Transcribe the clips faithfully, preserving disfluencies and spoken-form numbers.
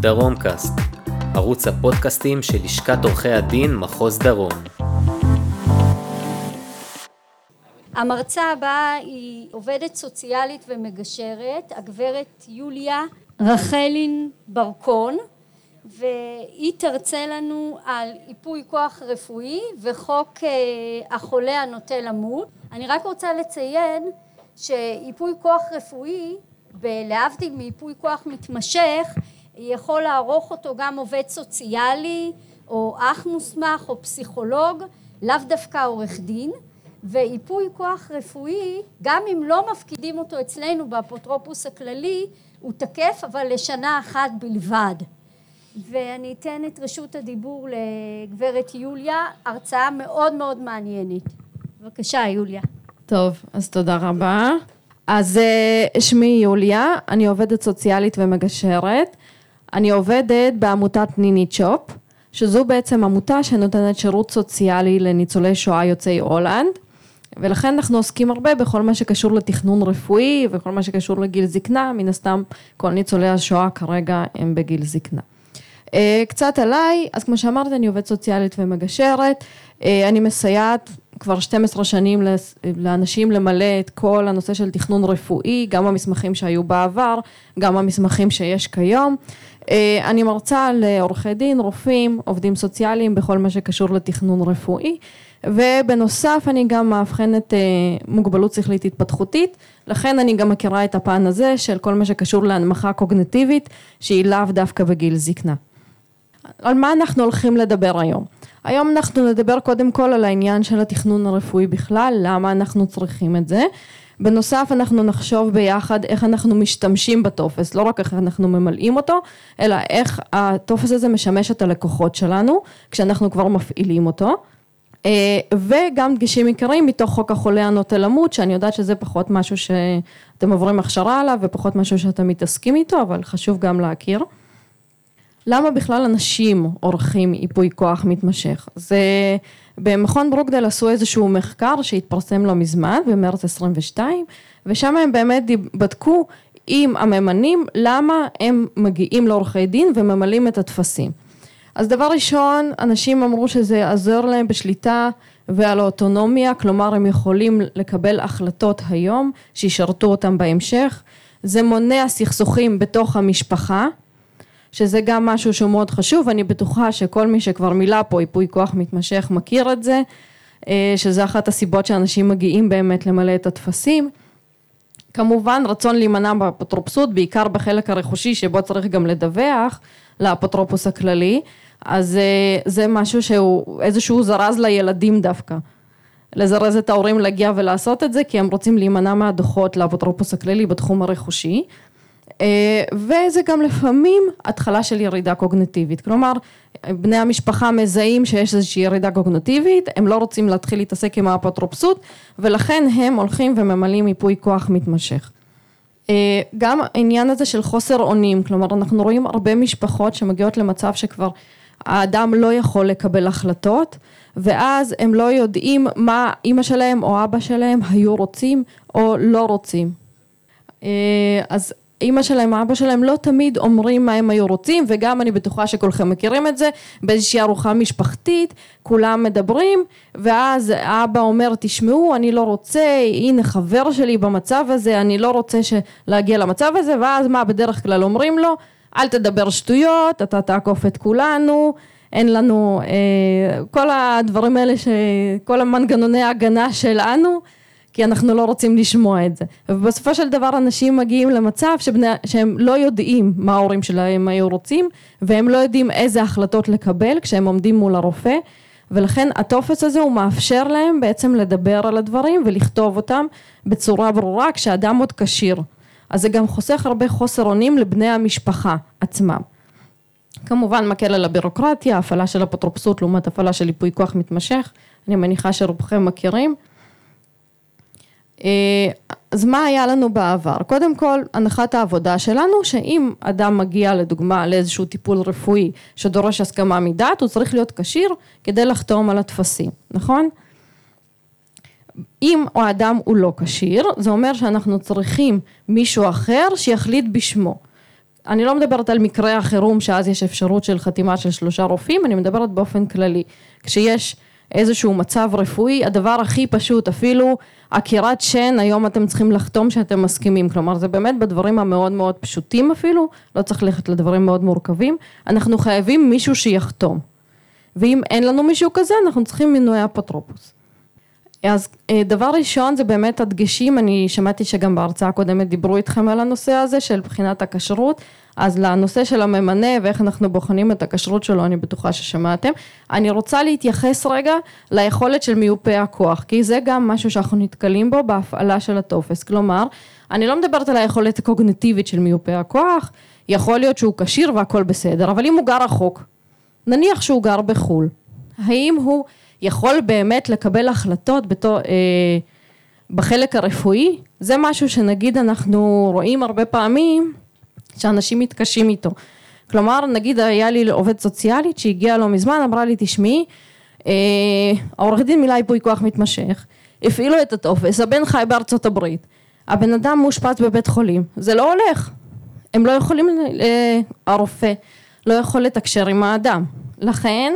דרומקאסט, ערוץ הפודקאסטים של לשכת עורכי הדין מחוז דרום. המרצה הבאה היא עובדת סוציאלית ומגשרת, הגברת יוליה רחלין ברקון, והיא תרצה לנו על ייפוי כוח רפואי וחוק החולה הנוטה למות. אני רק רוצה לציין שייפוי כוח רפואי, להבדיל מייפוי כוח מתמשך, יכול לערוך אותו גם עובד סוציאלי או אח מוסמך או פסיכולוג, לאו דווקא עורך דין. וייפוי כוח רפואי, גם אם לא מפקידים אותו אצלנו באפוטרופוס הכללי, הוא תקף אבל לשנה אחת בלבד. ואני אתן את רשות הדיבור לגברת יוליה, הרצאה מאוד מאוד מעניינת. בבקשה יוליה. טוב, אז תודה רבה. אז שמי יוליה, אני עובדת סוציאלית ומגשרת. אני עובדת בעמותת ניניצ'ופ, שזו בעצם עמותה שנותנת שירות סוציאלי לניצולי שואה יוצאי הולנד, ולכן אנחנו עוסקים הרבה בכל מה שקשור לתכנון רפואי וכל מה שקשור לגיל זקנה, מן הסתם כל ניצולי השואה כרגע הם בגיל זקנה. קצת עליי, אז כמו שאמרתי, אני עובדת סוציאלית ומגשרת, אני מסייעת כבר שתים עשרה שנים לאנשים למלא את כל הנושא של תכנון רפואי, גם המסמכים שהיו בעבר, גם המסמכים שיש כיום. אני מרצה לעורכי דין, רופאים, עובדים סוציאליים בכל מה שקשור לתכנון רפואי, ובנוסף אני גם מאבחנת מוגבלות שכלית התפתחותית, לכן אני גם מכירה את הפן הזה של כל מה שקשור להנמכה קוגניטיבית, שהיא לאו דווקא בגיל זקנה. על מה אנחנו הולכים לדבר היום? היום אנחנו נדבר קודם כל על העניין של התכנון הרפואי בכלל, למה אנחנו צריכים את זה. בנוסף אנחנו נחשוב ביחד איך אנחנו משתמשים בטופס, לא רק איך אנחנו ממלאים אותו, אלא איך הטופס הזה משמש את הלקוחות שלנו, כשאנחנו כבר מפעילים אותו. וגם דגשים עיקריים מתוך חוק החולה הנוטה למות, שאני יודעת שזה פחות משהו שאתם עוברים הכשרה עליו, ופחות משהו שאתם מתעסקים איתו, אבל חשוב גם להכיר. למה בכלל אנשים עורכים ייפוי כוח מתמשך? זה במכון ברוקדייל עשו איזשהו מחקר שהתפרסם לא מזמן, במרץ עשרים ושתיים, ושם הם באמת בדקו עם הממנים, למה הם מגיעים לעורכי דין וממלאים את הטפסים. אז דבר ראשון, אנשים אמרו שזה עזור להם בשליטה ועל האוטונומיה, כלומר הם יכולים לקבל החלטות היום, שישרתו אותם בהמשך. זה מונע סכסוכים בתוך המשפחה, שזה גם משהו שהוא מאוד חשוב, אני בטוחה שכל מי שכבר מילה פה ייפוי כוח מתמשך מכיר את זה, שזה אחת הסיבות שאנשים מגיעים באמת למלא את הטפסים. כמובן רצון להימנע באפוטרופסות, בעיקר בחלק הרכושי שבו צריך גם לדווח לאפוטרופוס הכללי, אז זה משהו שהוא איזשהו זרז לילדים דווקא, לזרז את ההורים להגיע ולעשות את זה, כי הם רוצים להימנע מהדוחות לאפוטרופוס הכללי בתחום הרכושי, וזה גם לפעמים התחלה של ירידה קוגניטיבית, כלומר בני המשפחה מזהים שיש איזושהי ירידה קוגניטיבית, הם לא רוצים להתחיל להתעסק עם האפוטרופסות, ולכן הם הולכים וממלאים ייפוי כוח מתמשך. גם העניין הזה של חוסר אונים, כלומר אנחנו רואים הרבה משפחות שמגיעות למצב שכבר האדם לא יכול לקבל החלטות, ואז הם לא יודעים מה אמא שלהם או אבא שלהם היו רוצים או לא רוצים. אז אמא שלהם, אבא שלהם לא תמיד אומרים מה הם היו רוצים, וגם אני בטוחה שכולכם מכירים את זה, באיזושהי ארוחה משפחתית, כולם מדברים, ואז האבא אומר, תשמעו, אני לא רוצה, הנה חבר שלי במצב הזה, אני לא רוצה להגיע למצב הזה, ואז מה בדרך כלל אומרים לו, אל תדבר שטויות, אתה תעקוף את כולנו, אין לנו, אה, כל הדברים האלה, כל המנגנוני ההגנה שלנו, כי אנחנו לא רוצים לשמוע את זה. ובסופו של דבר אנשים מגיעים למצב שבני, שהם לא יודעים מה ההורים שלהם היו רוצים, והם לא יודעים איזה החלטות לקבל כשהם עומדים מול הרופא, ולכן הטופס הזה הוא מאפשר להם בעצם לדבר על הדברים ולכתוב אותם בצורה ברורה כשאדם עוד כשיר. אז זה גם חוסך הרבה חוסר אונים לבני המשפחה עצמם. כמובן מקל על הבירוקרטיה, הפעלה של אפוטרופסות לעומת הפעלה של ייפוי כוח מתמשך, אני מניחה שרובכם מכירים. אז מה היה לנו בעבר? קודם כל, הנחת העבודה שלנו, שאם אדם מגיע לדוגמה לאיזשהו טיפול רפואי שדורש הסכמה מדעת, הוא צריך להיות כשיר כדי לחתום על הטפסים, נכון? אם האדם הוא לא כשיר, זה אומר שאנחנו צריכים מישהו אחר שיחליט בשמו. אני לא מדברת על מקרה החירום, שאז יש אפשרות של חתימה של שלושה רופאים, אני מדברת באופן כללי. כשיש איזשהו מצב רפואי, הדבר הכי פשוט, אפילו עקירת שן, היום אתם צריכים לחתום שאתם מסכימים, כלומר זה באמת בדברים המאוד מאוד פשוטים אפילו, לא צריך ללכת לדברים מאוד מורכבים, אנחנו חייבים מישהו שיחתום, ואם אין לנו מישהו כזה, אנחנו צריכים מינוי אפוטרופוס. אז דבר ראשון זה באמת הדגשים, אני שמעתי שגם בהרצאה הקודמת דיברו איתכם על הנושא הזה של בחינת הכשרות, אז לנושא של הממנה ואיך אנחנו בוחנים את הכשרות שלו, אני בטוחה ששמעתם. אני רוצה להתייחס רגע ליכולת של מיופה הכוח, כי זה גם משהו שאנחנו נתקלים בו בהפעלה של הטופס. כלומר, אני לא מדברת על היכולת הקוגניטיבית של מיופה הכוח, יכול להיות שהוא כשיר והכל בסדר, אבל אם הוא גר רחוק, נניח שהוא גר בחול, האם הוא יכול באמת לקבל החלטות בתור, אה, בחלק הרפואי? זה משהו שנגיד אנחנו רואים הרבה פעמים, שאנשים מתקשים איתו. כלומר, נגיד היה לי עובד סוציאלית שהגיעה לא מזמן, אמרה לי, תשמעי, אה, העורך דין מילא ייפוי כוח מתמשך, הפעילו את הטופס, הבן חי בארצות הברית, הבן אדם מושפץ בבית חולים, זה לא הולך. הם לא יכולים, אה, הרופא לא יכול לתקשר עם האדם. לכן,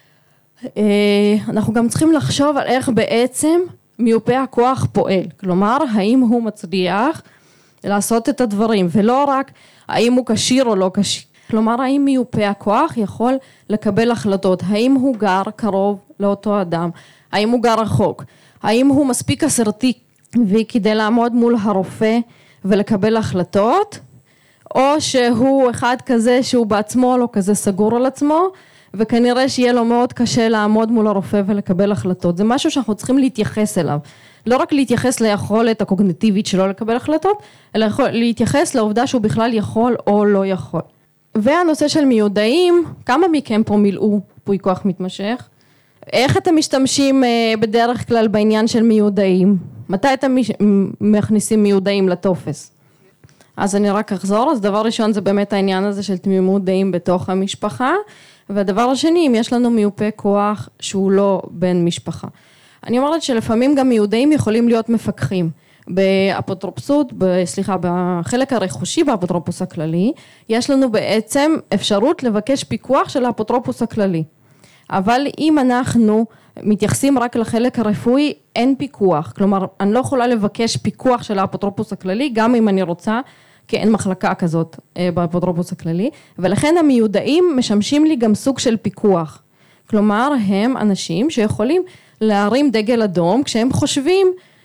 אה, אנחנו גם צריכים לחשוב על איך בעצם מיופה הכוח פועל. כלומר, האם הוא מצליח לעשות את הדברים, ולא רק האם הוא כשיר או לא כשיר. כלומר, האם מיופה הכוח יכול לקבל החלטות, האם הוא גר קרוב לאותו אדם, האם הוא גר רחוק, האם הוא מספיק אסרטיבי כדי לעמוד מול הרופא ולקבל החלטות, או שהוא אחד כזה שהוא בעצמו לא כזה סגור על עצמו, וכנראה שיהיה לו מאוד קשה לעמוד מול הרופא ולקבל החלטות. זה משהו שאנחנו צריכים להתייחס אליו. לא רק להתייחס ליכולת הקוגניטיבית שלו לקבל החלטות, אלא להתייחס לעובדה שהוא בכלל יכול או לא יכול. והנושא של מיודעים, כמה מכם פה מילאו ייפוי כוח מתמשך? איך אתם משתמשים בדרך כלל בעניין של מיודעים? מתי אתם מכניסים מיודעים לטופס? אז אני רק אחזור, אז דבר ראשון זה באמת העניין הזה של תמימות דעים בתוך המשפחה, והדבר השני, אם יש לנו מיופה כוח שהוא לא בן משפחה. אני אומרת שלפעמים גם מיודעים יכולים להיות מפקחים. באפוטרופסות, סליחה, בחלק הרכושי באפוטרופוס הכללי, יש לנו בעצם אפשרות לבקש פיקוח של האפוטרופוס הכללי. אבל אם אנחנו מתייחסים רק לחלק הרפואי, אין פיקוח. כלומר, אני לא יכולה לבקש פיקוח של האפוטרופוס הכללי, גם אם אני רוצה, כי אין מחלקה כזאת באפוטרופוס הכללי, ולכן המיודעים משמשים לי גם סוג של פיקוח. כלומר, הם אנשים שיכולים להרים דגל אדום, כשהם חושבים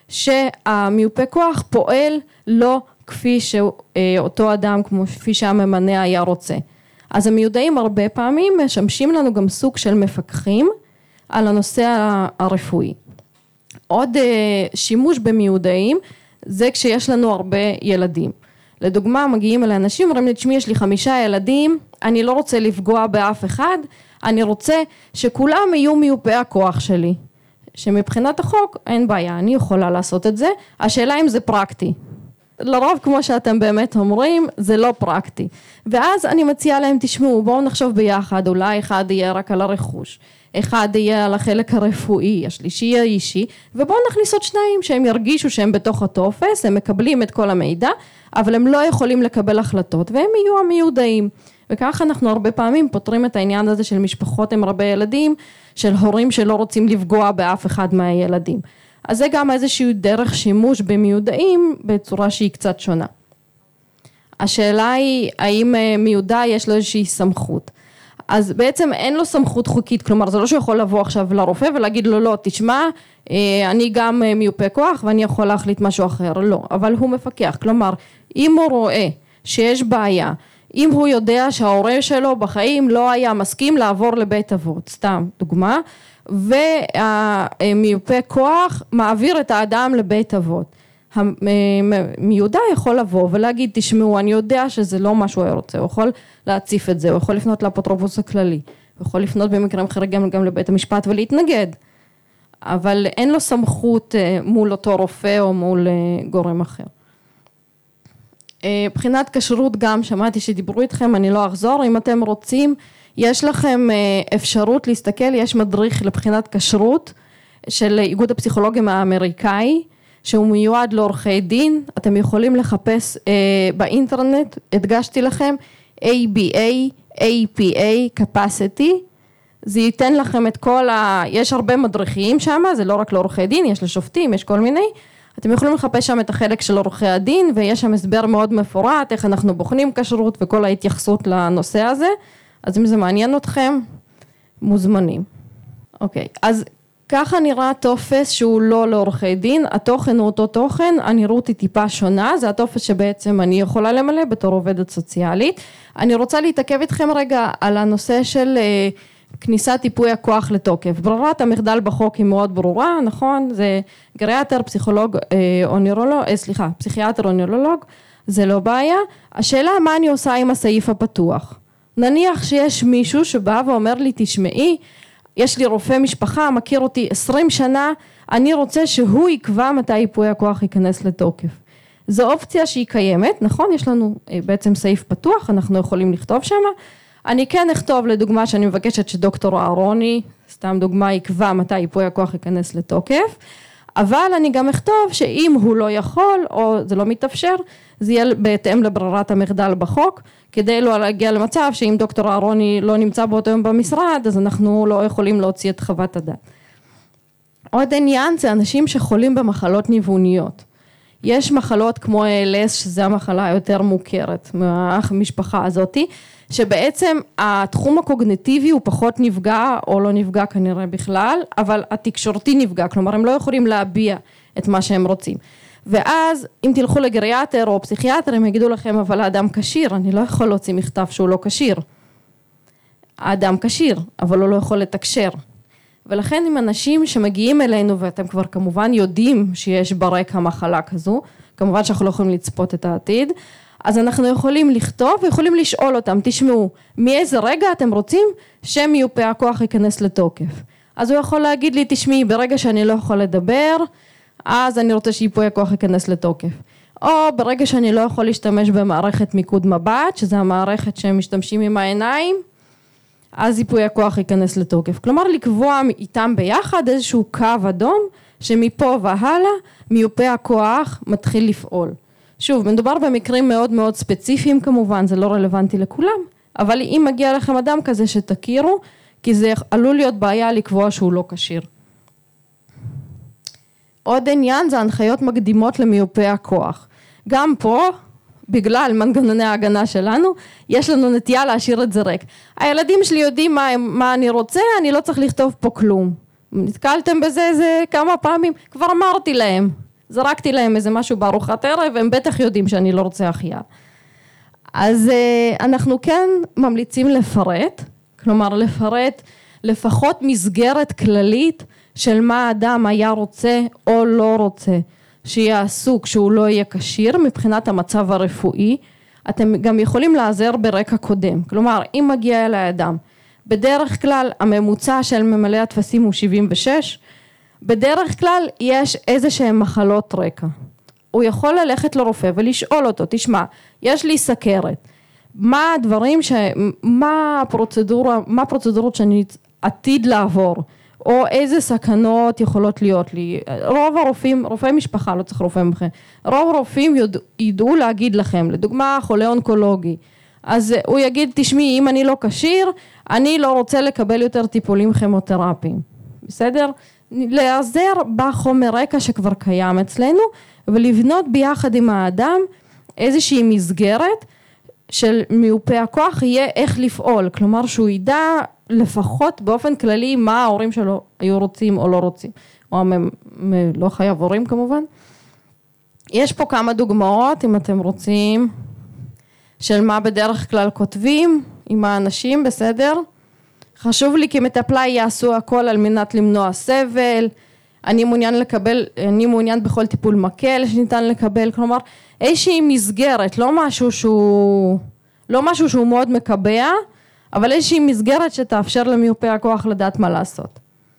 שהמיופה כוח פועל לא כפי שאותו אדם, כפי שהממנה היה רוצה. אז המיודעים הרבה פעמים משמשים לנו גם סוג של מפקחים על הנושא הרפואי. עוד שימוש במיודעים זה כשיש לנו הרבה ילדים. לדוגמה, מגיעים אל אנשים, אומרים לי, תשמעי, יש לי חמישה ילדים, אני לא רוצה לפגוע באף אחד, אני רוצה שכולם יהיו מיופה הכוח שלי. שמבחינת החוק אין בעיה, אני יכולה לעשות את זה, השאלה אם זה פרקטי. לרוב, כמו שאתם באמת אומרים, זה לא פרקטי. ואז אני מציעה להם, תשמעו, בואו נחשוב ביחד, אולי אחד יהיה רק על הרכוש, אחד יהיה על החלק הרפואי, השלישי יהיה אישי, ובואו נכניס עוד שניים שהם ירגישו שהם בתוך הטופס, הם מקבלים את כל המידע, אבל הם לא יכולים לקבל החלטות, והם יהיו המיודעים. וככה אנחנו הרבה פעמים פותרים את העניין הזה של משפחות עם הרבה ילדים, של הורים שלא רוצים לפגוע באף אחד מהילדים. אז זה גם איזושהי דרך שימוש במיודעים בצורה שהיא קצת שונה. השאלה היא, האם מיודע יש לו איזושהי סמכות? אז בעצם אין לו סמכות חוקית, כלומר זה לא שיכול לבוא עכשיו לרופא ולהגיד לו לא, תשמע, אני גם מיופה כוח ואני יכול להחליט משהו אחר, לא, אבל הוא מפקח, כלומר אם הוא רואה שיש בעיה, אם הוא יודע שההורה שלו בחיים לא היה מסכים לעבור לבית אבות, סתם דוגמה, והמיופה כוח מעביר את האדם לבית אבות, המיודע יכול לבוא ולהגיד, תשמעו, אני יודע שזה לא מה שהוא רוצה, הוא יכול להציף את זה, הוא יכול לפנות לאפוטרופוס הכללי, הוא יכול לפנות במקרים אחרים גם, גם לבית המשפט ולהתנגד, אבל אין לו סמכות מול אותו רופא או מול גורם אחר. בחינת כשרות גם, שמעתי שדיברו איתכם, אני לא אחזור, אם אתם רוצים, יש לכם אפשרות להסתכל, יש מדריך לבחינת כשרות של איגוד הפסיכולוגים האמריקאי, שהוא מיועד לעורכי דין, אתם יכולים לחפש אה, באינטרנט, הדגשתי לכם, איי בי איי, איי פי איי, capacity, זה ייתן לכם את כל ה... יש הרבה מדריכים שם, זה לא רק לעורכי דין, יש לשופטים, יש כל מיני, אתם יכולים לחפש שם את החלק של עורכי הדין, ויש שם הסבר מאוד מפורט, איך אנחנו בוחנים כשרות וכל ההתייחסות לנושא הזה, אז אם זה מעניין אתכם, מוזמנים. אוקיי, אז ככה נראה טופס שהוא לא לעורכי דין, התוכן הוא אותו תוכן, הנראות היא טיפה שונה, זה הטופס שבעצם אני יכולה למלא בתור עובדת סוציאלית. אני רוצה להתעכב איתכם רגע על הנושא של כניסת טיפוי הכוח לתוקף. ברירת המחדל בחוק היא מאוד ברורה, נכון? זה גריאטר, פסיכולוג או נוירולוג, סליחה, פסיכיאטר או נוירולוג, זה לא בעיה. השאלה מה אני עושה עם הסעיף הפתוח. נניח שיש מישהו שבא ואומר לי, תשמעי, יש לי רופא משפחה, מכיר אותי עשרים שנה, אני רוצה שהוא יקבע מתי ייפוי הכוח ייכנס לתוקף. זו אופציה שהיא קיימת, נכון? יש לנו בעצם סעיף פתוח, אנחנו יכולים לכתוב שם. אני כן אכתוב לדוגמה שאני מבקשת שדוקטור אהרוני, סתם דוגמה, יקבע מתי ייפוי הכוח ייכנס לתוקף, אבל אני גם אכתוב שאם הוא לא יכול או זה לא מתאפשר, זה יהיה בהתאם לברירת המחדל בחוק, כדי לא להגיע למצב שאם דוקטור אהרוני לא נמצא באותו יום במשרד, אז אנחנו לא יכולים להוציא את חוות הדעת. עוד עניין זה אנשים שחולים במחלות ניווניות. יש מחלות כמו איי אל אס, שזה המחלה היותר מוכרת מהמשפחה הזאת, שבעצם התחום הקוגניטיבי הוא פחות נפגע, או לא נפגע כנראה בכלל, אבל התקשורתי נפגע, כלומר הם לא יכולים להביע את מה שהם רוצים. ואז אם תלכו לגריאטר או פסיכיאטר, הם יגידו לכם, אבל האדם כשיר, אני לא יכול להוציא מכתב שהוא לא כשיר. האדם כשיר, אבל הוא לא יכול לתקשר. ולכן עם אנשים שמגיעים אלינו, ואתם כבר כמובן יודעים שיש ברקע מחלה כזו, כמובן שאנחנו לא יכולים לצפות את העתיד, אז אנחנו יכולים לכתוב ויכולים לשאול אותם, תשמעו, מאיזה רגע אתם רוצים שמיופה הכוח ייכנס לתוקף? אז הוא יכול להגיד לי, תשמעי, ברגע שאני לא יכול לדבר, אז אני רוצה שיפוי הכוח ייכנס לתוקף. או ברגע שאני לא יכול להשתמש במערכת מיקוד מבט, שזה המערכת שהם משתמשים עם העיניים, אז ייפוי הכוח ייכנס לתוקף. כלומר, לקבוע איתם ביחד איזשהו קו אדום, שמפה והלאה, מיופה הכוח מתחיל לפעול. שוב, מדובר במקרים מאוד מאוד ספציפיים כמובן, זה לא רלוונטי לכולם, אבל אם מגיע לכם אדם כזה שתכירו, כי זה עלול להיות בעיה לקבוע שהוא לא כשיר. עוד עניין זה הנחיות מקדימות למיופה הכוח. גם פה, בגלל מנגנוני ההגנה שלנו, יש לנו נטייה להשאיר את זה ריק. הילדים שלי יודעים מה, מה אני רוצה, אני לא צריך לכתוב פה כלום. נתקלתם בזה זה כמה פעמים, כבר אמרתי להם, זרקתי להם איזה משהו בארוחת ערב, הם בטח יודעים שאני לא רוצה החייאה. אז אנחנו כן ממליצים לפרט, כלומר לפרט לפחות מסגרת כללית של מה האדם היה רוצה או לא רוצה שיעשו כשהוא לא יהיה כשיר מבחינת המצב הרפואי. אתם גם יכולים לעזר ברקע קודם, כלומר אם מגיע אל האדם, בדרך כלל הממוצע של ממלא הטפסים הוא שבעים ושש, בדרך כלל יש איזה שהם מחלות רקע. הוא יכול ללכת לרופא ולשאול אותו, תשמע, יש לי סכרת, מה הדברים ש... מה הפרוצדורה, מה הפרוצדורות שאני עתיד לעבור, או איזה סכנות יכולות להיות לי. רוב הרופאים, רופאי משפחה, לא צריך רופא מומחה, רוב הרופאים יודע, ידעו להגיד לכם, לדוגמה חולה אונקולוגי, אז הוא יגיד, תשמעי, אם אני לא כשיר, אני לא רוצה לקבל יותר טיפולים כימותרפיים. בסדר? להיעזר בחומר רקע שכבר קיים אצלנו, ולבנות ביחד עם האדם איזושהי מסגרת של מיופה הכוח, יהיה איך לפעול, כלומר שהוא ידע לפחות באופן כללי מה ההורים שלו היו רוצים או לא רוצים, או הם לא חייב הורים כמובן. יש פה כמה דוגמאות אם אתם רוצים, של מה בדרך כלל כותבים עם האנשים, בסדר? חשוב לי כי מטפלה יעשו הכל על מנת למנוע סבל, אני מעוניין לקבל, אני מעוניין בכל טיפול מקל שניתן לקבל, כלומר איזושהי מסגרת, לא משהו שהוא, לא משהו שהוא מאוד מקבע, אבל איזושהי מסגרת שתאפשר למיופה הכוח לדעת מה לעשות.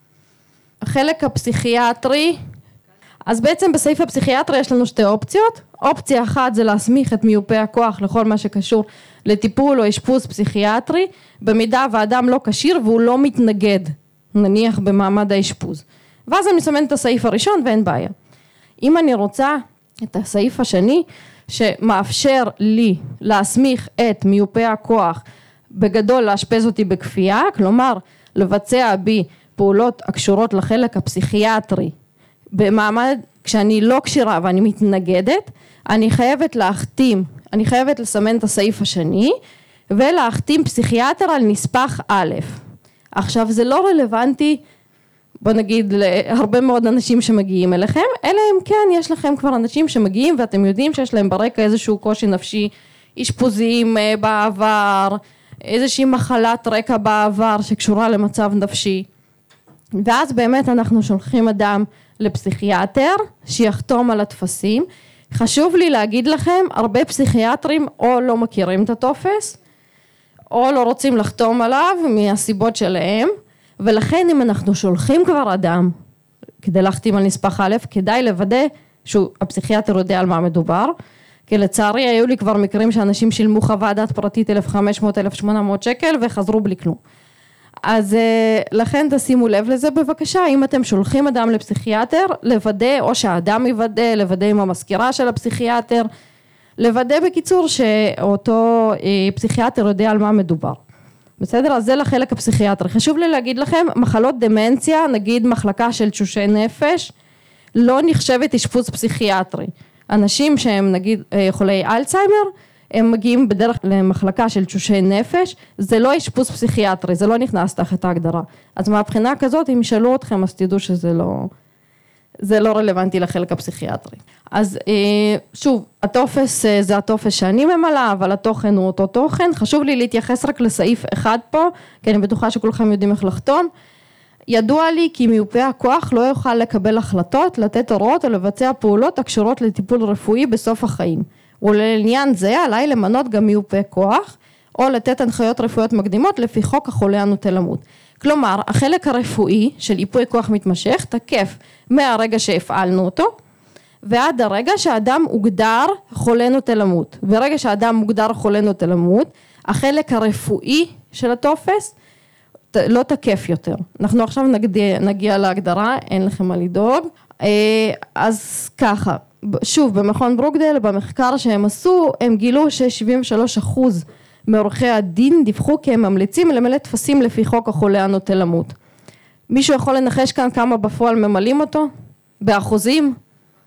החלק הפסיכיאטרי, אז בעצם בסעיף הפסיכיאטרי יש לנו שתי אופציות, אופציה אחת זה להסמיך את מיופה הכוח לכל מה שקשור לטיפול או אשפוז פסיכיאטרי, במידה והאדם לא כשיר והוא לא מתנגד, נניח במעמד האשפוז. ואז אני מסמן את הסעיף הראשון ואין בעיה. אם אני רוצה את הסעיף השני, שמאפשר לי להסמיך את מיופה הכוח, בגדול להשפז אותי בכפייה, כלומר לבצע בי פעולות הקשורות לחלק הפסיכיאטרי, במעמד כשאני לא קשירה ואני מתנגדת, אני חייבת להחתים, אני חייבת לסמן את הסעיף השני, ולהחתים פסיכיאטר על נספח א'. עכשיו זה לא רלוונטי, בוא נגיד להרבה מאוד אנשים שמגיעים אליכם, אלא אם כן יש לכם כבר אנשים שמגיעים ואתם יודעים שיש להם ברקע איזשהו קושי נפשי, אשפוזים בעבר, איזושהי מחלת רקע בעבר שקשורה למצב נפשי, ואז באמת אנחנו שולחים אדם לפסיכיאטר שיחתום על התפסים. חשוב לי להגיד לכם, הרבה פסיכיאטרים או לא מכירים את הטופס, או לא רוצים לחתום עליו מהסיבות שלהם, ולכן אם אנחנו שולחים כבר אדם כדי להחתים על נספח א', כדאי לוודא שהפסיכיאטר יודע על מה מדובר, כי לצערי היו לי כבר מקרים שאנשים שילמו חוות דעת פרטית אלף וחמש מאות עד אלף ושמונה מאות שקל וחזרו בלי כלום. אז לכן תשימו לב לזה בבקשה, אם אתם שולחים אדם לפסיכיאטר, לוודא או שהאדם יוודא, לוודא עם המזכירה של הפסיכיאטר, לוודא בקיצור שאותו פסיכיאטר יודע על מה מדובר. בסדר? אז זה לחלק הפסיכיאטרי. חשוב לי להגיד לכם, מחלות דמנציה, נגיד מחלקה של תשושי נפש, לא נחשבת אשפוז פסיכיאטרי. אנשים שהם נגיד חולי אלצהיימר, הם מגיעים בדרך למחלקה של תשושי נפש, זה לא אשפוז פסיכיאטרי, זה לא נכנס תחת ההגדרה. אז מהבחינה כזאת, אם ישאלו אתכם, אז תדעו שזה לא, זה לא רלוונטי לחלק הפסיכיאטרי. אז שוב, הטופס זה הטופס שאני ממלא, אבל התוכן הוא אותו תוכן. חשוב לי להתייחס רק לסעיף אחד פה, כי אני בטוחה שכולכם יודעים איך לחתום. ידוע לי כי מיופה הכוח לא יוכל לקבל החלטות, לתת הוראות או לבצע פעולות הקשורות לטיפול רפואי בסוף החיים. ולעניין זה עליי למנות גם מיופה כוח, או לתת הנחיות רפואיות מקדימות לפי חוק החולה הנוטה למות. כלומר, החלק הרפואי של ייפוי כוח מתמשך תקף מהרגע שהפעלנו אותו, ועד הרגע שהאדם הוגדר חולה נוטה למות. ברגע שהאדם מוגדר חולה נוטה למות, החלק הרפואי של הטופס לא תקף יותר. אנחנו עכשיו נגיע, נגיע להגדרה, אין לכם מה לדאוג. אז ככה, שוב, במכון ברוקדייל, במחקר שהם עשו, הם גילו ש-שבעים ושלושה אחוז מעורכי הדין דיווחו כי הם ממליצים למלא טפסים לפי חוק החולה הנוטה למות. מישהו יכול לנחש כאן כמה בפועל ממלאים אותו? באחוזים?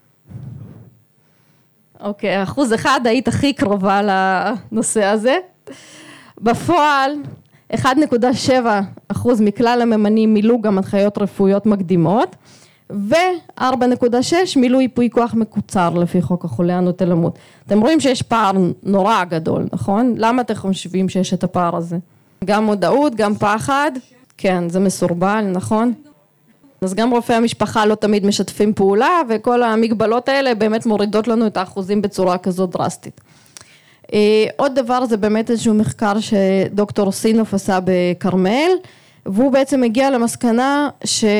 אוקיי, אחוז אחד, היית הכי קרובה לנושא הזה. בפועל, אחד נקודה שבע אחוז מכלל הממנים מילאו גם הנחיות רפואיות מקדימות, ו-ארבע נקודה שש מילאו ייפוי כוח מקוצר לפי חוק החולה הנוטה למות. אתם רואים שיש פער נורא גדול, נכון? למה אתם חושבים שיש את הפער הזה? גם מודעות, גם פחד, כן, זה מסורבל, נכון? אז גם רופאי המשפחה לא תמיד משתפים פעולה, וכל המגבלות האלה באמת מורידות לנו את האחוזים בצורה כזאת דרסטית. עוד דבר זה באמת איזשהו מחקר שדוקטור סינוף עשה בקרמל, והוא בעצם הגיע למסקנה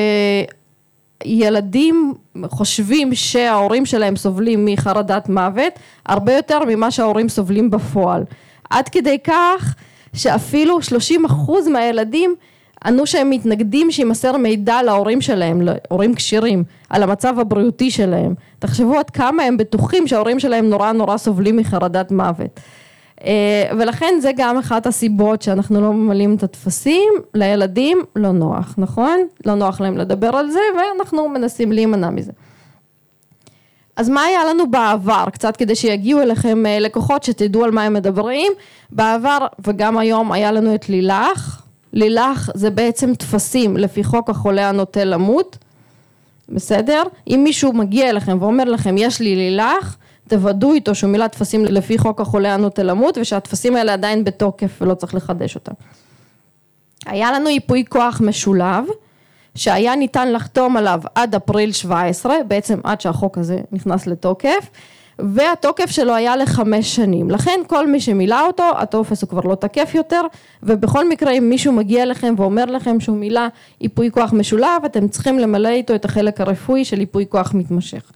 שילדים חושבים שההורים שלהם סובלים מחרדת מוות, הרבה יותר ממה שההורים סובלים בפועל. עד כדי כך שאפילו שלושים אחוז מהילדים ענו שהם מתנגדים שימסר מידע להורים שלהם, להורים קשירים, על המצב הבריאותי שלהם. תחשבו עד כמה הם בטוחים שההורים שלהם נורא נורא סובלים מחרדת מוות. ולכן זה גם אחת הסיבות שאנחנו לא ממלאים את התפסים, לילדים לא נוח, נכון? לא נוח להם לדבר על זה, ואנחנו מנסים להימנע מזה. אז מה היה לנו בעבר? קצת כדי שיגיעו אליכם לקוחות שתדעו על מה הם מדברים. בעבר וגם היום היה לנו את לילך. לילך זה בעצם תפסים לפי חוק החולה הנוטה למות, בסדר? אם מישהו מגיע אליכם ואומר לכם יש לי לילך, תוודאו איתו שהוא מילא תפסים לפי חוק החולה הנוטה למות, ושהתפסים האלה עדיין בתוקף ולא צריך לחדש אותם. היה לנו ייפוי כוח משולב, שהיה ניתן לחתום עליו עד אפריל שבע עשרה, בעצם עד שהחוק הזה נכנס לתוקף, והתוקף שלו היה לחמש שנים. לכן כל מי שמילא אותו, הטופס הוא כבר לא תקף יותר, ובכל מקרה אם מישהו מגיע לכם ואומר לכם שהוא מילא ייפוי כוח משולב, אתם צריכים למלא איתו את החלק הרפואי של ייפוי כוח מתמשך.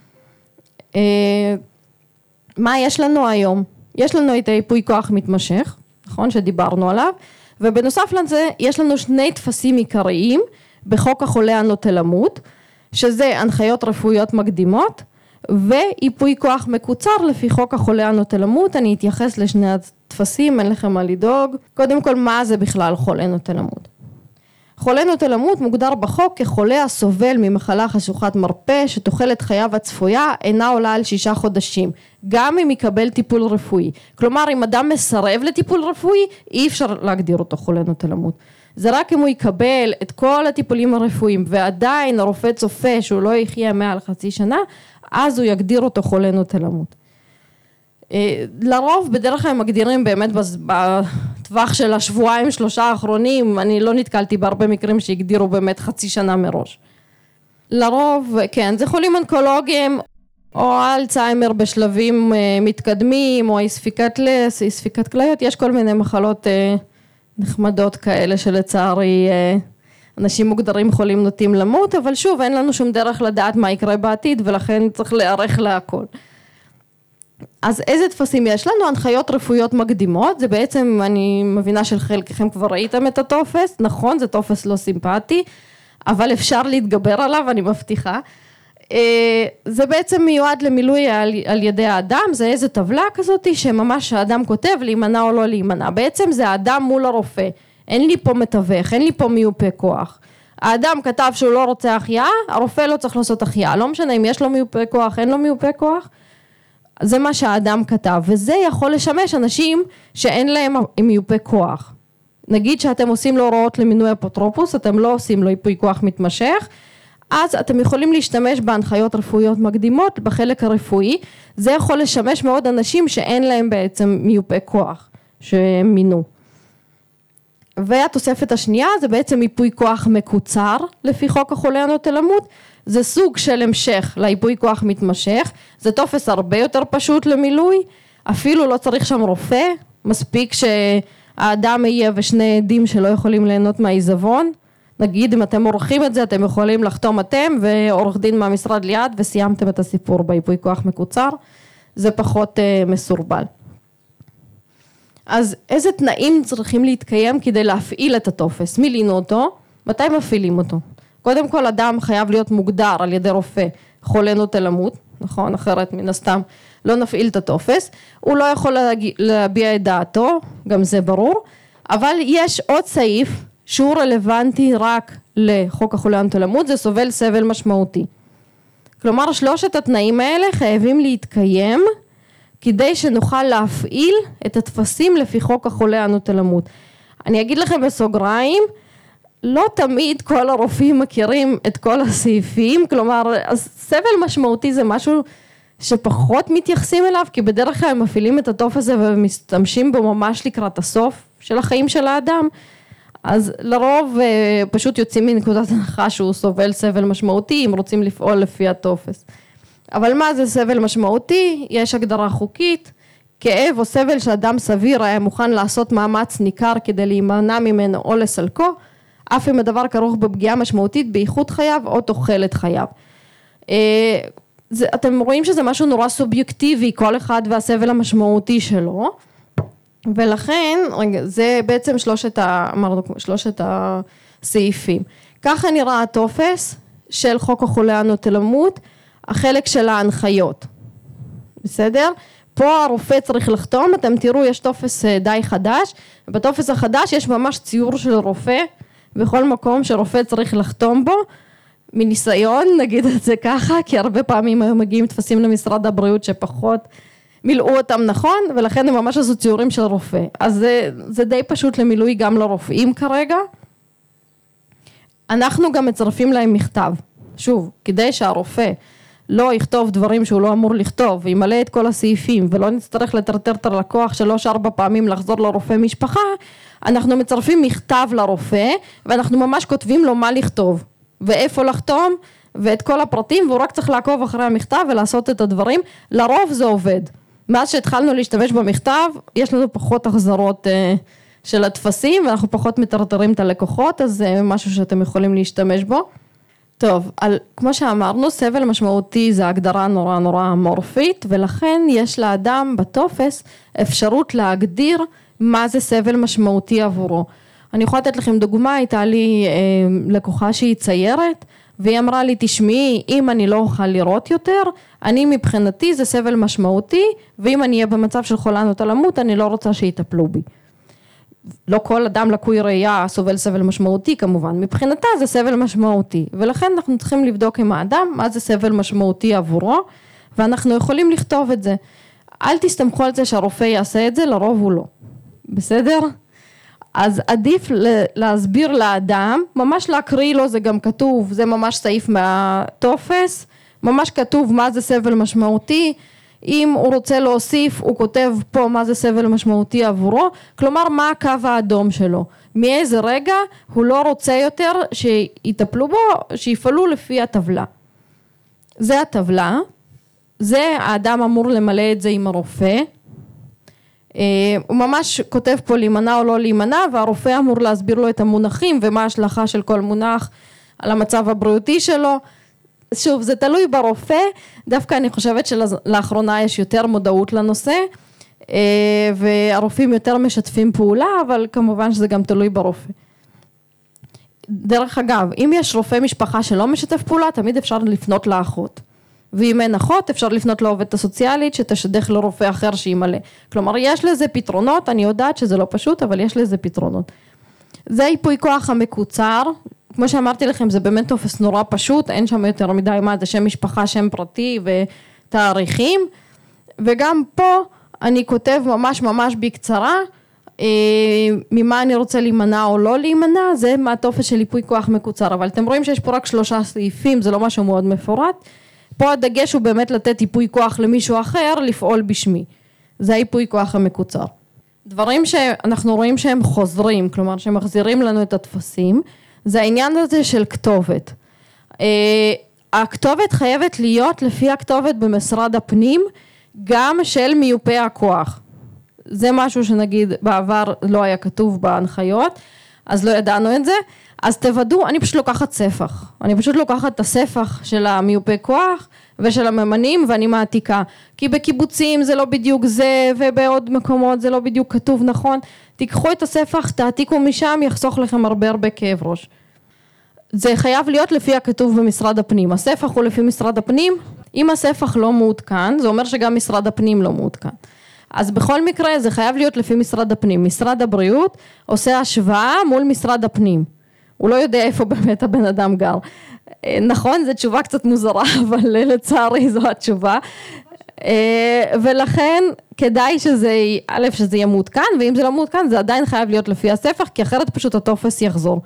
מה יש לנו היום? יש לנו את הייפוי כוח מתמשך, נכון, שדיברנו עליו, ובנוסף לזה יש לנו שני תפסים עיקריים בחוק החולה הנוטה למות, שזה הנחיות רפואיות מקדימות ואיפוי כוח מקוצר לפי חוק החולה הנוטה למות. אני אתייחס לשני התפסים, אין לכם מה לדאוג. קודם כל, מה זה בכלל חולה נוטה למות? חולה נוטה למות מוגדר בחוק כחולה הסובל ממחלה חשוכת מרפא שתוחלת חייו הצפויה אינה עולה על שישה חודשים, גם אם יקבל טיפול רפואי. כלומר, אם אדם מסרב לטיפול רפואי, אי אפשר להגדיר אותו חולה נוטה למות. זה רק אם הוא יקבל את כל הטיפולים הרפואיים ועדיין הרופא צופה שהוא לא יחיה מעל חצי שנה, אז הוא יגדיר אותו חולה נוטה למות. לרוב בדרך כלל מגדירים באמת בטווח של השבועיים שלושה האחרונים, אני לא נתקלתי בהרבה מקרים שהגדירו באמת חצי שנה מראש. לרוב, כן, זה חולים אונקולוגיים או אלצהיימר בשלבים מתקדמים או אי ספיקת לס, אי ספיקת כליות, יש כל מיני מחלות נחמדות כאלה שלצערי אנשים מוגדרים חולים נוטים למות, אבל שוב אין לנו שום דרך לדעת מה יקרה בעתיד ולכן צריך להיערך להכל. אז איזה תפסים יש לנו? הנחיות רפואיות מקדימות, זה בעצם, אני מבינה שחלקכם כבר ראיתם את הטופס, נכון, זה טופס לא סימפטי, אבל אפשר להתגבר עליו, אני מבטיחה. זה בעצם מיועד למילוי על, על ידי האדם, זה איזה טבלה כזאת שממש האדם כותב להימנע או לא להימנע, בעצם זה האדם מול הרופא, אין לי פה מתווך, אין לי פה מיופה כוח. האדם כתב שהוא לא רוצה החייאה, הרופא לא צריך לעשות החייאה, לא משנה אם יש לו מיופה כוח, אין לו מיופה כוח, זה מה שהאדם כתב, וזה יכול לשמש אנשים שאין להם מיופה כוח. נגיד שאתם עושים לו הוראות למינוי אפוטרופוס, אתם לא עושים לו ייפוי כוח מתמשך, אז אתם יכולים להשתמש בהנחיות רפואיות מקדימות בחלק הרפואי, זה יכול לשמש מאוד אנשים שאין להם בעצם מיופה כוח שהם מינו. והתוספת השנייה זה בעצם ייפוי כוח מקוצר לפי חוק החולה הנוטה למות, זה סוג של המשך לייפוי כוח מתמשך, זה טופס הרבה יותר פשוט למילוי, אפילו לא צריך שם רופא, מספיק שהאדם יהיה ושני עדים שלא יכולים ליהנות מהעיזבון, נגיד אם אתם עורכים את זה אתם יכולים לחתום אתם ועורך דין מהמשרד ליד וסיימתם את הסיפור בייפוי כוח מקוצר, זה פחות uh, מסורבל. אז איזה תנאים צריכים להתקיים כדי להפעיל את הטופס? מילינו אותו, מתי מפעילים אותו? קודם כל אדם חייב להיות מוגדר על ידי רופא חולה נוטה למות, נכון? אחרת מן הסתם לא נפעיל את הטופס, הוא לא יכול להביע את דעתו, גם זה ברור, אבל יש עוד סעיף שהוא רלוונטי רק לחוק החולה הנוטה למות, זה סובל סבל משמעותי. כלומר שלושת התנאים האלה חייבים להתקיים, כדי שנוכל להפעיל את התפסים לפי חוק החולה הנוטה למות. אני אגיד לכם בסוגריים, לא תמיד כל הרופאים מכירים את כל הסעיפים, כלומר, סבל משמעותי זה משהו שפחות מתייחסים אליו, כי בדרך כלל הם מפעילים את הטופס הזה ומשתמשים בו ממש לקראת הסוף של החיים של האדם, אז לרוב פשוט יוצאים מנקודת הנחה שהוא סובל סבל משמעותי, אם רוצים לפעול לפי הטופס. אבל מה זה סבל משמעותי? יש הגדרה חוקית, כאב או סבל שאדם סביר היה מוכן לעשות מאמץ ניכר כדי להימנע ממנו או לסלקו, אף אם הדבר כרוך בפגיעה משמעותית באיכות חייו או תוחלת חייו. זה, אתם רואים שזה משהו נורא סובייקטיבי, כל אחד והסבל המשמעותי שלו, ולכן זה בעצם שלושת, ה, אמרנו, שלושת הסעיפים. ככה נראה הטופס של חוק החולה הנוטה למות, החלק של ההנחיות, בסדר? פה הרופא צריך לחתום, אתם תראו יש טופס די חדש, ובטופס החדש יש ממש ציור של רופא, בכל מקום שרופא צריך לחתום בו, מניסיון נגיד את זה ככה, כי הרבה פעמים היום מגיעים תפסים למשרד הבריאות שפחות מילאו אותם נכון, ולכן הם ממש עשו ציורים של רופא, אז זה, זה די פשוט למילוי גם לרופאים כרגע. אנחנו גם מצרפים להם מכתב, שוב, כדי שהרופא לא יכתוב דברים שהוא לא אמור לכתוב, וימלא את כל הסעיפים, ולא נצטרך לטרטר את הלקוח שלוש ארבע פעמים לחזור לרופא משפחה, אנחנו מצרפים מכתב לרופא, ואנחנו ממש כותבים לו מה לכתוב, ואיפה לחתום, ואת כל הפרטים, והוא רק צריך לעקוב אחרי המכתב ולעשות את הדברים, לרוב זה עובד. מאז שהתחלנו להשתמש במכתב, יש לנו פחות החזרות uh, של התפסים, ואנחנו פחות מטרטרים את הלקוחות, אז זה משהו שאתם יכולים להשתמש בו. טוב, על, כמו שאמרנו, סבל משמעותי זה הגדרה נורא נורא אמורפית, ולכן יש לאדם בטופס אפשרות להגדיר מה זה סבל משמעותי עבורו. אני יכולה לתת לכם דוגמה, הייתה לי אה, לקוחה שהיא ציירת, והיא אמרה לי, תשמעי, אם אני לא אוכל לראות יותר, אני מבחינתי זה סבל משמעותי, ואם אני אהיה במצב של חולה נוטה למות, אני לא רוצה שיטפלו בי. לא כל אדם לקוי ראייה סובל סבל משמעותי כמובן, מבחינתה זה סבל משמעותי, ולכן אנחנו צריכים לבדוק עם האדם מה זה סבל משמעותי עבורו, ואנחנו יכולים לכתוב את זה. אל תסתמכו על זה שהרופא יעשה את זה, לרוב הוא לא. בסדר? אז עדיף להסביר לאדם, ממש להקריא לו, זה גם כתוב, זה ממש סעיף מהטופס, ממש כתוב מה זה סבל משמעותי, אם הוא רוצה להוסיף, הוא כותב פה מה זה סבל משמעותי עבורו, כלומר מה הקו האדום שלו, מאיזה רגע הוא לא רוצה יותר שיטפלו בו, שיפעלו לפי הטבלה. זה הטבלה, זה האדם אמור למלא את זה עם הרופא, הוא ממש כותב פה להימנע או לא להימנע, והרופא אמור להסביר לו את המונחים ומה ההשלכה של כל מונח על המצב הבריאותי שלו. שוב, זה תלוי ברופא, דווקא אני חושבת שלאחרונה יש יותר מודעות לנושא, והרופאים יותר משתפים פעולה, אבל כמובן שזה גם תלוי ברופא. דרך אגב, אם יש רופא משפחה שלא משתף פעולה, תמיד אפשר לפנות לאחות. ואם אין אחות, אפשר לפנות לעובדת הסוציאלית שתשדך לרופא אחר שימלא. כלומר, יש לזה פתרונות, אני יודעת שזה לא פשוט, אבל יש לזה פתרונות. זה ייפוי כוח המקוצר, כמו שאמרתי לכם, זה באמת טופס נורא פשוט, אין שם יותר מדי מה, זה שם משפחה, שם פרטי ותאריכים, וגם פה אני כותב ממש ממש בקצרה, ממה אני רוצה להימנע או לא להימנע, זה מהטופס של ייפוי כוח מקוצר, אבל אתם רואים שיש פה רק שלושה סעיפים, זה לא משהו מאוד מפורט, פה הדגש הוא באמת לתת ייפוי כוח למישהו אחר, לפעול בשמי. זה ייפוי כוח המקוצר. דברים שאנחנו רואים שהם חוזרים, כלומר שמחזירים לנו את התפסים, זה העניין הזה של כתובת. הכתובת חייבת להיות לפי הכתובת במשרד הפנים, גם של מיופה הכוח. זה משהו שנגיד בעבר לא היה כתוב בהנחיות, אז לא ידענו את זה. אז תוודאו, אני פשוט לוקחת ספח, אני פשוט לוקחת את הספח של המיופה כוח ושל הממנים ואני מעתיקה, כי בקיבוצים זה לא בדיוק זה ובעוד מקומות זה לא בדיוק כתוב נכון, תיקחו את הספח, תעתיקו משם, יחסוך לכם הרבה הרבה כאב ראש. זה חייב להיות לפי הכתוב במשרד הפנים, הספח הוא לפי משרד הפנים, אם הספח לא מעודכן, זה אומר שגם משרד הפנים לא מעודכן. אז בכל מקרה זה חייב להיות לפי משרד הפנים, משרד הבריאות עושה השוואה מול משרד הפנים. הוא לא יודע איפה באמת הבן אדם גר. נכון, זו תשובה קצת מוזרה, אבל לצערי זו התשובה. ולכן כדאי שזה, א', שזה יהיה מעודכן, ואם זה לא מעודכן, זה עדיין חייב להיות לפי הספח, כי אחרת פשוט הטופס יחזור.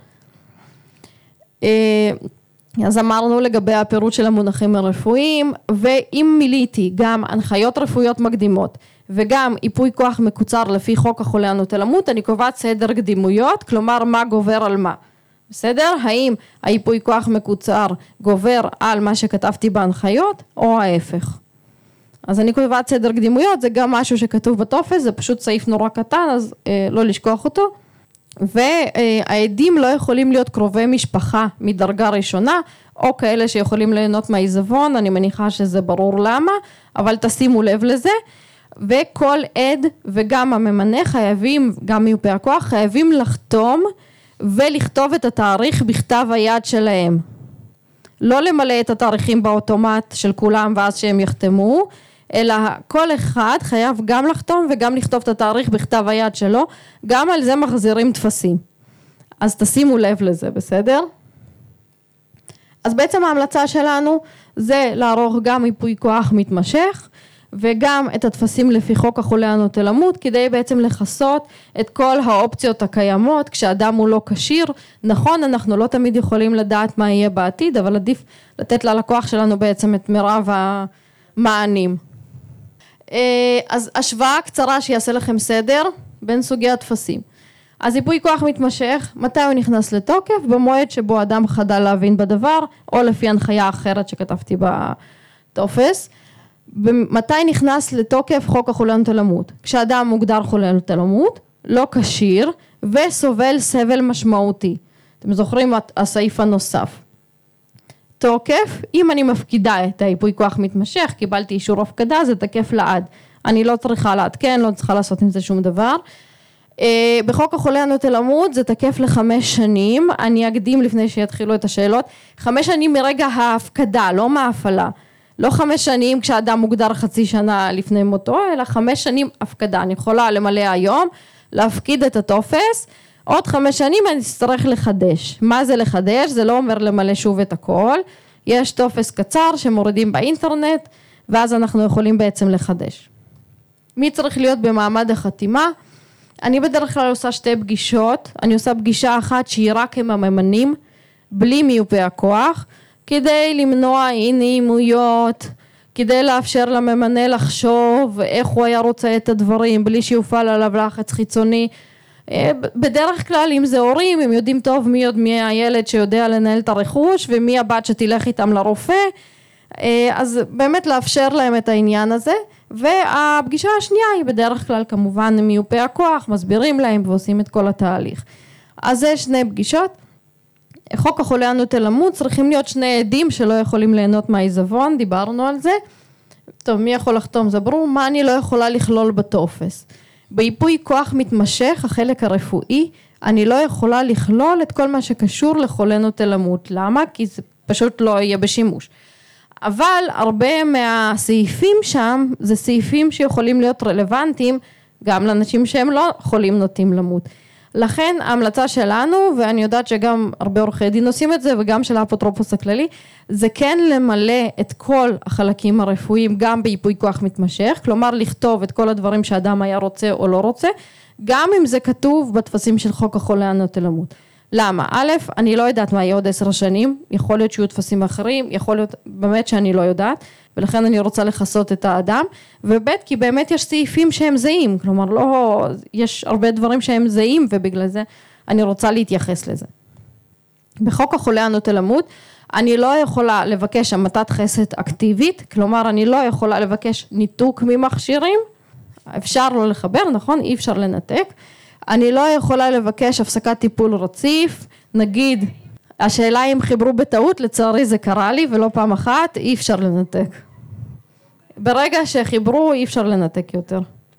אז אמרנו לגבי הפירוט של המונחים הרפואיים, ואם מיליתי גם הנחיות רפואיות מקדימות, וגם ייפוי כוח מקוצר לפי חוק החולה הנוטה למות, אני קובעת סדר קדימויות, כלומר מה גובר על מה. בסדר? האם הייפוי כוח מקוצר גובר על מה שכתבתי בהנחיות, או ההפך. אז אני קובעת סדר קדימויות, זה גם משהו שכתוב בטופס, זה פשוט סעיף נורא קטן, אז אה, לא לשכוח אותו. והעדים לא יכולים להיות קרובי משפחה מדרגה ראשונה, או כאלה שיכולים ליהנות מהעיזבון, אני מניחה שזה ברור למה, אבל תשימו לב לזה. וכל עד וגם הממנה חייבים, גם מיופה הכוח, חייבים לחתום ולכתוב את התאריך בכתב היד שלהם. לא למלא את התאריכים באוטומט של כולם ואז שהם יחתמו, אלא כל אחד חייב גם לחתום וגם לכתוב את התאריך בכתב היד שלו, גם על זה מחזירים תפסים. אז תשימו לב לזה, בסדר? אז בעצם ההמלצה שלנו זה לערוך גם ייפוי כוח מתמשך, וגם את התפסים לפי חוק החולה הנוטה למות, כדי בעצם לחסות את כל האופציות הקיימות, כשאדם הוא לא כשיר. נכון, אנחנו לא תמיד יכולים לדעת מה יהיה בעתיד, אבל עדיף לתת ללקוח שלנו בעצם את מרב המענים. אז השוואה קצרה שיעשה לכם סדר בין סוגי התפסים. אז ייפוי כוח מתמשך, מתי הוא נכנס לתוקף? במועד שבו אדם חדל להבין בדבר, או לפי הנחיה אחרת שכתבתי בטופס. מתי נכנס לתוקף חוק החולה הנוטה למות? כשאדם מוגדר חולה הנוטה למות, לא כשיר וסובל סבל משמעותי. אתם זוכרים את הסעיף הנוסף. תוקף, אם אני מפקידה את הייפוי כוח מתמשך, קיבלתי אישור הפקדה, זה תקף לעד. אני לא צריכה לעדכן, לא צריכה לעשות עם זה שום דבר. בחוק החולה הנוטה למות זה תקף לחמש שנים, אני אקדים לפני שיתחילו את השאלות, חמש שנים מרגע ההפקדה, לא מההפעלה, לא חמש שנים כשאדם מוגדר חצי שנה לפני מותו, אלא חמש שנים הפקדה, אני יכולה למלא היום, להפקיד את הטופס, עוד חמש שנים אני אצטרך לחדש. מה זה לחדש? זה לא אומר למלא שוב את הכל, יש טופס קצר שמורידים באינטרנט, ואז אנחנו יכולים בעצם לחדש. מי צריך להיות במעמד החתימה? אני בדרך כלל עושה שתי פגישות, אני עושה פגישה אחת שהיא רק עם הממנים, בלי מיופה הכוח, כדי למנוע אי נעימויות, כדי לאפשר לממנה לחשוב איך הוא היה רוצה את הדברים, בלי שיופעל עליו לחץ חיצוני. בדרך כלל אם זה הורים, הם יודעים טוב מי עוד מי הילד שיודע לנהל את הרכוש, ומי הבת שתלך איתם לרופא, אז באמת לאפשר להם את העניין הזה, והפגישה השנייה היא בדרך כלל כמובן מיופה הכוח, מסבירים להם ועושים את כל התהליך. אז זה שני פגישות. חוק החולה הנוטה למות, צריכים להיות שני עדים שלא יכולים ליהנות מהעיזבון, דיברנו על זה. טוב, מי יכול לחתום? זה ברור, מה אני לא יכולה לכלול בטופס? בייפוי כוח מתמשך, החלק הרפואי, אני לא יכולה לכלול את כל מה שקשור לחולה נוטה למות. למה? כי זה פשוט לא יהיה בשימוש. אבל הרבה מהסעיפים שם, זה סעיפים שיכולים להיות רלוונטיים, גם לאנשים שהם לא חולים נוטים למות. לכן ההמלצה שלנו, ואני יודעת שגם הרבה עורכי דין עושים את זה, וגם של האפוטרופוס הכללי, זה כן למלא את כל החלקים הרפואיים, גם בייפוי כוח מתמשך, כלומר לכתוב את כל הדברים שאדם היה רוצה או לא רוצה, גם אם זה כתוב בתפסים של חוק החולה הנוטה למות. למה? א', אני לא יודעת מה יהיה עוד עשר שנים, יכול להיות שיהיו תפסים אחרים, יכול להיות באמת שאני לא יודעת, ולכן אני רוצה לחסות את האדם, וב' כי באמת יש סעיפים שהם זהים, כלומר לא, יש הרבה דברים שהם זהים, ובגלל זה אני רוצה להתייחס לזה. בחוק החולה הנוטה למות, אני לא יכולה לבקש המתת חסד אקטיבית, כלומר אני לא יכולה לבקש ניתוק ממכשירים, אפשר לא לחבר, נכון? אי אפשר לנתק, אני לא יכולה לבקש הפסקת טיפול רציף, נגיד, השאלה אם חיברו בטעות, לצערי זה קרה לי ולא פעם אחת, אי אפשר לנתק. ברגע שחיברו אי אפשר לנתק יותר.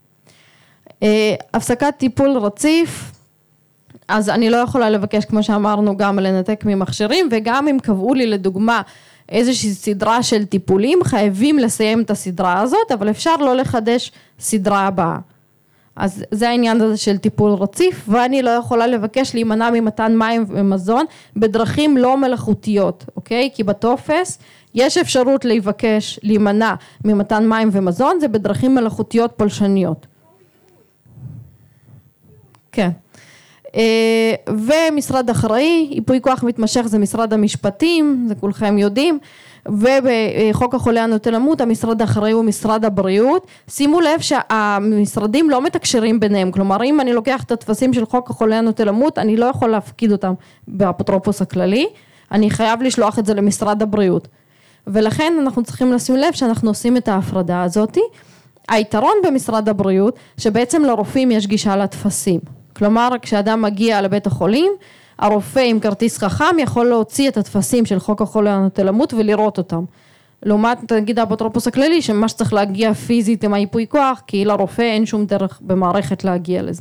הפסקת טיפול רציף, אז אני לא יכולה לבקש כמו שאמרנו גם לנתק ממכשירים, וגם אם קבעו לי לדוגמה איזושהי סדרה של טיפולים, חייבים לסיים את הסדרה הזאת, אבל אפשר לא לחדש סדרה הבאה. אז זה העניין הזה של טיפול רציף, ואני לא יכולה לבקש להימנע ממתן מים ומזון בדרכים לא מלאכותיות, אוקיי? כי בטופס יש אפשרות לבקש להימנע ממתן מים ומזון, זה בדרכים מלאכותיות פולשניות. כן. ומשרד אחראי, ייפוי כוח מתמשך זה משרד המשפטים, זה כולכם יודעים, ובחוק החולה הנוטה למות, המשרד האחראי הוא משרד הבריאות. שימו לב שהמשרדים לא מתקשרים ביניהם, כלומר אם אני לוקח את התפסים של חוק החולה הנוטה למות, אני לא יכול להפקיד אותם באפוטרופוס הכללי, אני חייב לשלוח את זה למשרד הבריאות. ולכן אנחנו צריכים לשים לב שאנחנו עושים את ההפרדה הזאת. היתרון במשרד הבריאות, שבעצם לרופאים יש גישה לתפסים. כלומר, כשאדם מגיע לבית החולים, הרופא עם כרטיס חכם יכול להוציא את התפסים של חוק החולה הנוטה למות ולראות אותם. לעומת, נגיד, האפוטרופוס הכללי, שמה שצריך להגיע פיזית עם הייפוי כוח, כי לרופא אין שום דרך במערכת להגיע לזה.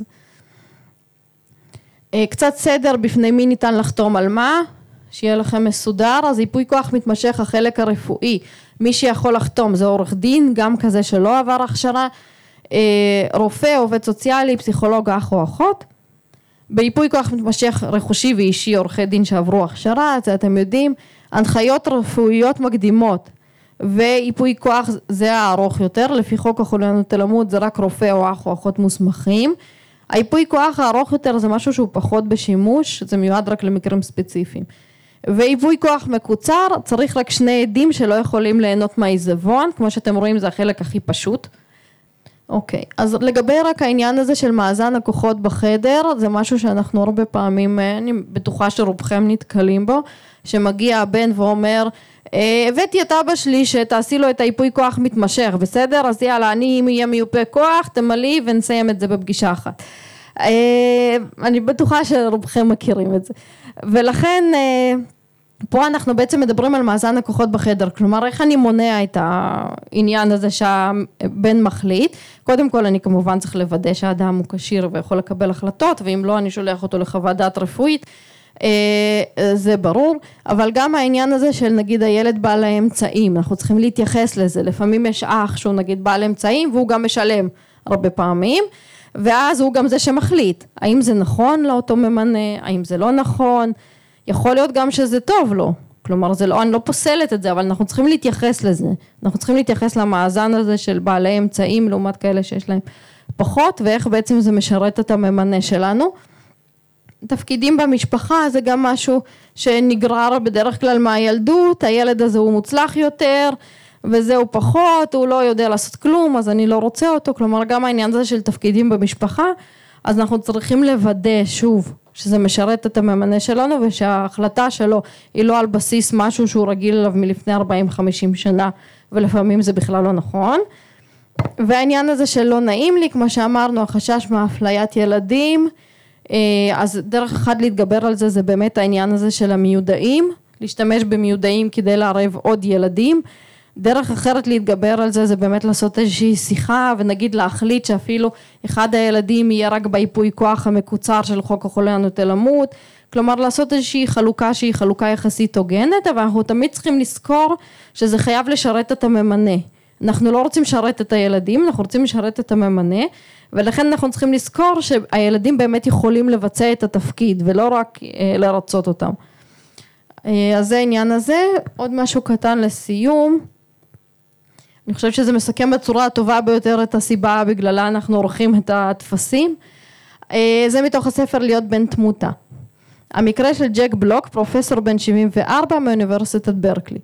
קצת סדר בפני מי ניתן לחתום על מה, שיהיה לכם מסודר. אז ייפוי כוח מתמשך, החלק הרפואי, מי שיכול לחתום זה עורך דין, גם כזה שלא עבר הכשרה, רופא, עובד סוציאלי, פסיכולוג, אח או אחות. בייפוי כוח מתמשך רכושי ואישי, עורכי דין שעברו הכשרה, זה אתם יודעים, הנחיות רפואיות מקדימות, וייפוי כוח זה הארוך יותר, לפי חוק החולה הנוטה למות זה רק רופא או אח או אחות מוסמכים. הייפוי כוח הארוך יותר זה משהו שהוא פחות בשימוש, זה מיועד רק למקרים ספציפיים. וייפוי כוח מקוצר, צריך רק שני עדים שלא יכולים ליהנות מהעיזבון, כמו שאתם רואים זה החלק הכי פשוט. אוקיי, אז לגבי רק העניין הזה של מאזן הכוחות בחדר, זה משהו שאנחנו הרבה פעמים, אני בטוחה שרובכם נתקלים בו, שמגיע הבן ואומר, הבאתי את אבא שלי שתעשי לו את הייפוי כוח מתמשך, בסדר? אז יאללה, אני אם יהיה מיופה כוח, תמלאי ונסיים את זה בפגישה אחת. אני בטוחה שרובכם מכירים את זה. ולכן פה אנחנו בעצם מדברים על מאזן הכוחות בחדר, כלומר איך אני מונע את העניין הזה שהבן מחליט, קודם כל אני כמובן צריך לוודא שהאדם הוא כשיר ויכול לקבל החלטות, ואם לא אני שולח אותו לחוות דעת רפואית, זה ברור, אבל גם העניין הזה של נגיד הילד בעל האמצעים, אנחנו צריכים להתייחס לזה, לפעמים יש אח שהוא נגיד בעל אמצעים והוא גם משלם הרבה פעמים, ואז הוא גם זה שמחליט, האם זה נכון לאותו ממנה, האם זה לא נכון, יכול להיות גם שזה טוב לו, כלומר זה לא, אני לא פוסלת את זה, אבל אנחנו צריכים להתייחס לזה, אנחנו צריכים להתייחס למאזן הזה של בעלי אמצעים לעומת כאלה שיש להם פחות, ואיך בעצם זה משרת את הממנה שלנו. תפקידים במשפחה זה גם משהו שנגרר בדרך כלל מהילדות, הילד הזה הוא מוצלח יותר, וזהו פחות, הוא לא יודע לעשות כלום, אז אני לא רוצה אותו, כלומר גם העניין הזה של תפקידים במשפחה, אז אנחנו צריכים לוודא שוב, שזה משרת את הממנה שלנו, ושההחלטה שלו היא לא על בסיס משהו שהוא רגיל אליו מלפני ארבעים חמישים שנה, ולפעמים זה בכלל לא נכון. והעניין הזה שלא נעים לי, כמו שאמרנו, החשש מאפליית ילדים, אז דרך אחד להתגבר על זה, זה באמת העניין הזה של המיודעים, להשתמש במיודעים כדי לערב עוד ילדים, דרך אחרת להתגבר על זה, זה באמת לעשות איזושהי שיחה, ונגיד להחליט שאפילו אחד הילדים יהיה רק ביפוי כוח המקוצר של חוק החולה הנוטה למות, כלומר לעשות איזושהי חלוקה שהיא חלוקה יחסית הוגנת, אבל אנחנו תמיד צריכים לזכור שזה חייב לשרת את הממנה. אנחנו לא רוצים לשרת את הילדים, אנחנו רוצים לשרת את הממנה, ולכן אנחנו צריכים לזכור שהילדים באמת יכולים לבצע את התפקיד, ולא רק לרצות אותם. אז זה העניין הזה. עוד משהו קטן לסיום. אני חושבת שזה מסכם בצורה הטובה ביותר את הסיבה בגללה אנחנו עורכים את התפסים. זה מתוך הספר להיות בן תמותה. המקרה של ג'ק בלוק, פרופסור בן שבעים וארבע מאוניברסיטת ברקלי.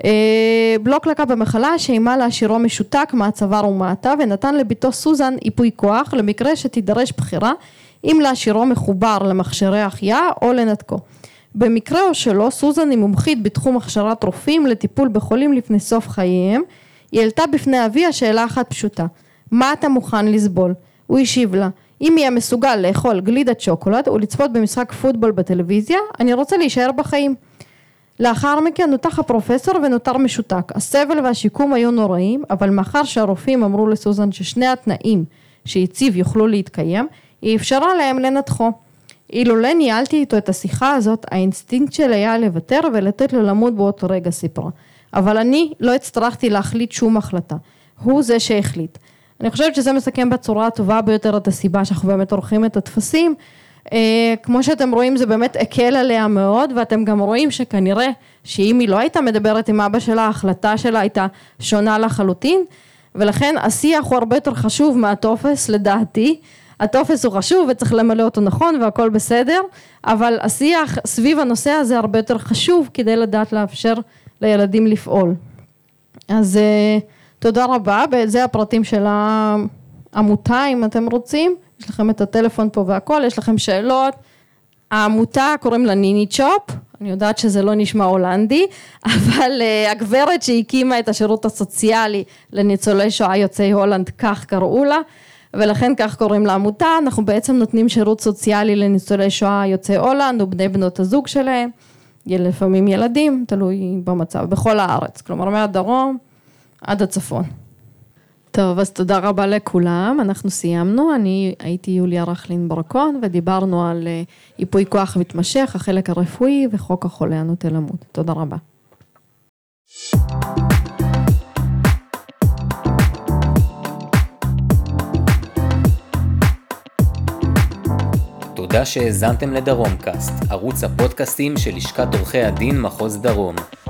בלוק לקה במחלה שאימה להשאירו משותק מהצוואר ומעטה, ונתן לביתו סוזן איפוי כוח למקרה שתידרש בחירה אם להשאירו מחובר למכשירי החייאה או לנתקו. במקרה שלו, סוזן היא מומחית בתחום הכשרת רופאים לטיפול בחולים לפני סוף חייהם. היא העלתה בפני אבי השאלה אחת פשוטה, מה אתה מוכן לסבול? הוא השיב לה, אם יהיה מסוגל לאכול גלידת שוקולד ולצפות במשחק פוטבול בטלוויזיה, אני רוצה להישאר בחיים. לאחר מכן נותח הפרופסור ונותר משותק. הסבל והשיקום היו נוראים, אבל מאחר שהרופאים אמרו לסוזן ששני התנאים שהציב יוכלו להתקיים, היא אפשרה להם לנתחו. אילולא ניהלתי איתו את השיחה הזאת, האינסטינקט שלי היה לוותר ולתת לו למות באותו רגע, סיפרה. אבל אני לא הצטרכתי להחליט שום החלטה. הוא זה שהחליט. אני חושבת שזה מסכם בצורה הטובה ביותר את הסיבה שאנחנו באמת עורכים את התפסים. אה, כמו שאתם רואים זה באמת הקל עליה מאוד, ואתם גם רואים שכנראה שאם היא לא הייתה מדברת עם אבא שלה, ההחלטה שלה הייתה שונה לחלוטין, ולכן השיח הוא הרבה יותר חשוב מהטופס לדעתי. הטופס הוא חשוב וצריך למלא אותו נכון והכל בסדר, אבל השיח סביב הנושא הזה הרבה יותר חשוב כדי לדעת לאפשר לילדים לפעול. אז תודה רבה, זה הפרטים של העמותה אם אתם רוצים, יש לכם את הטלפון פה והכל, יש לכם שאלות. העמותה קוראים לה ניני צ'ופ, אני יודעת שזה לא נשמע הולנדי, אבל הגברת שהקימה את השירות הסוציאלי לניצולי שואה יוצאי הולנד, כך קראו לה, ולכן כך קוראים לעמותה. אנחנו בעצם נותנים שירות סוציאלי לניצולי שואה יוצאי הולנד ובני בנות הזוג שלהם, לפעמים ילדים, תלוי במצב, בכל הארץ, כלומר מהדרום עד הצפון. טוב, אז תודה רבה לכולם, אנחנו סיימנו, אני הייתי יוליה רכלין ברקון, ודיברנו על ייפוי כוח מתמשך, החלק הרפואי וחוק החולה הנוטה למות. תודה רבה. תודה שהאזנתם לדרום קאסט, ערוץ הפודקאסטים של לשכת עורכי הדין מחוז דרום.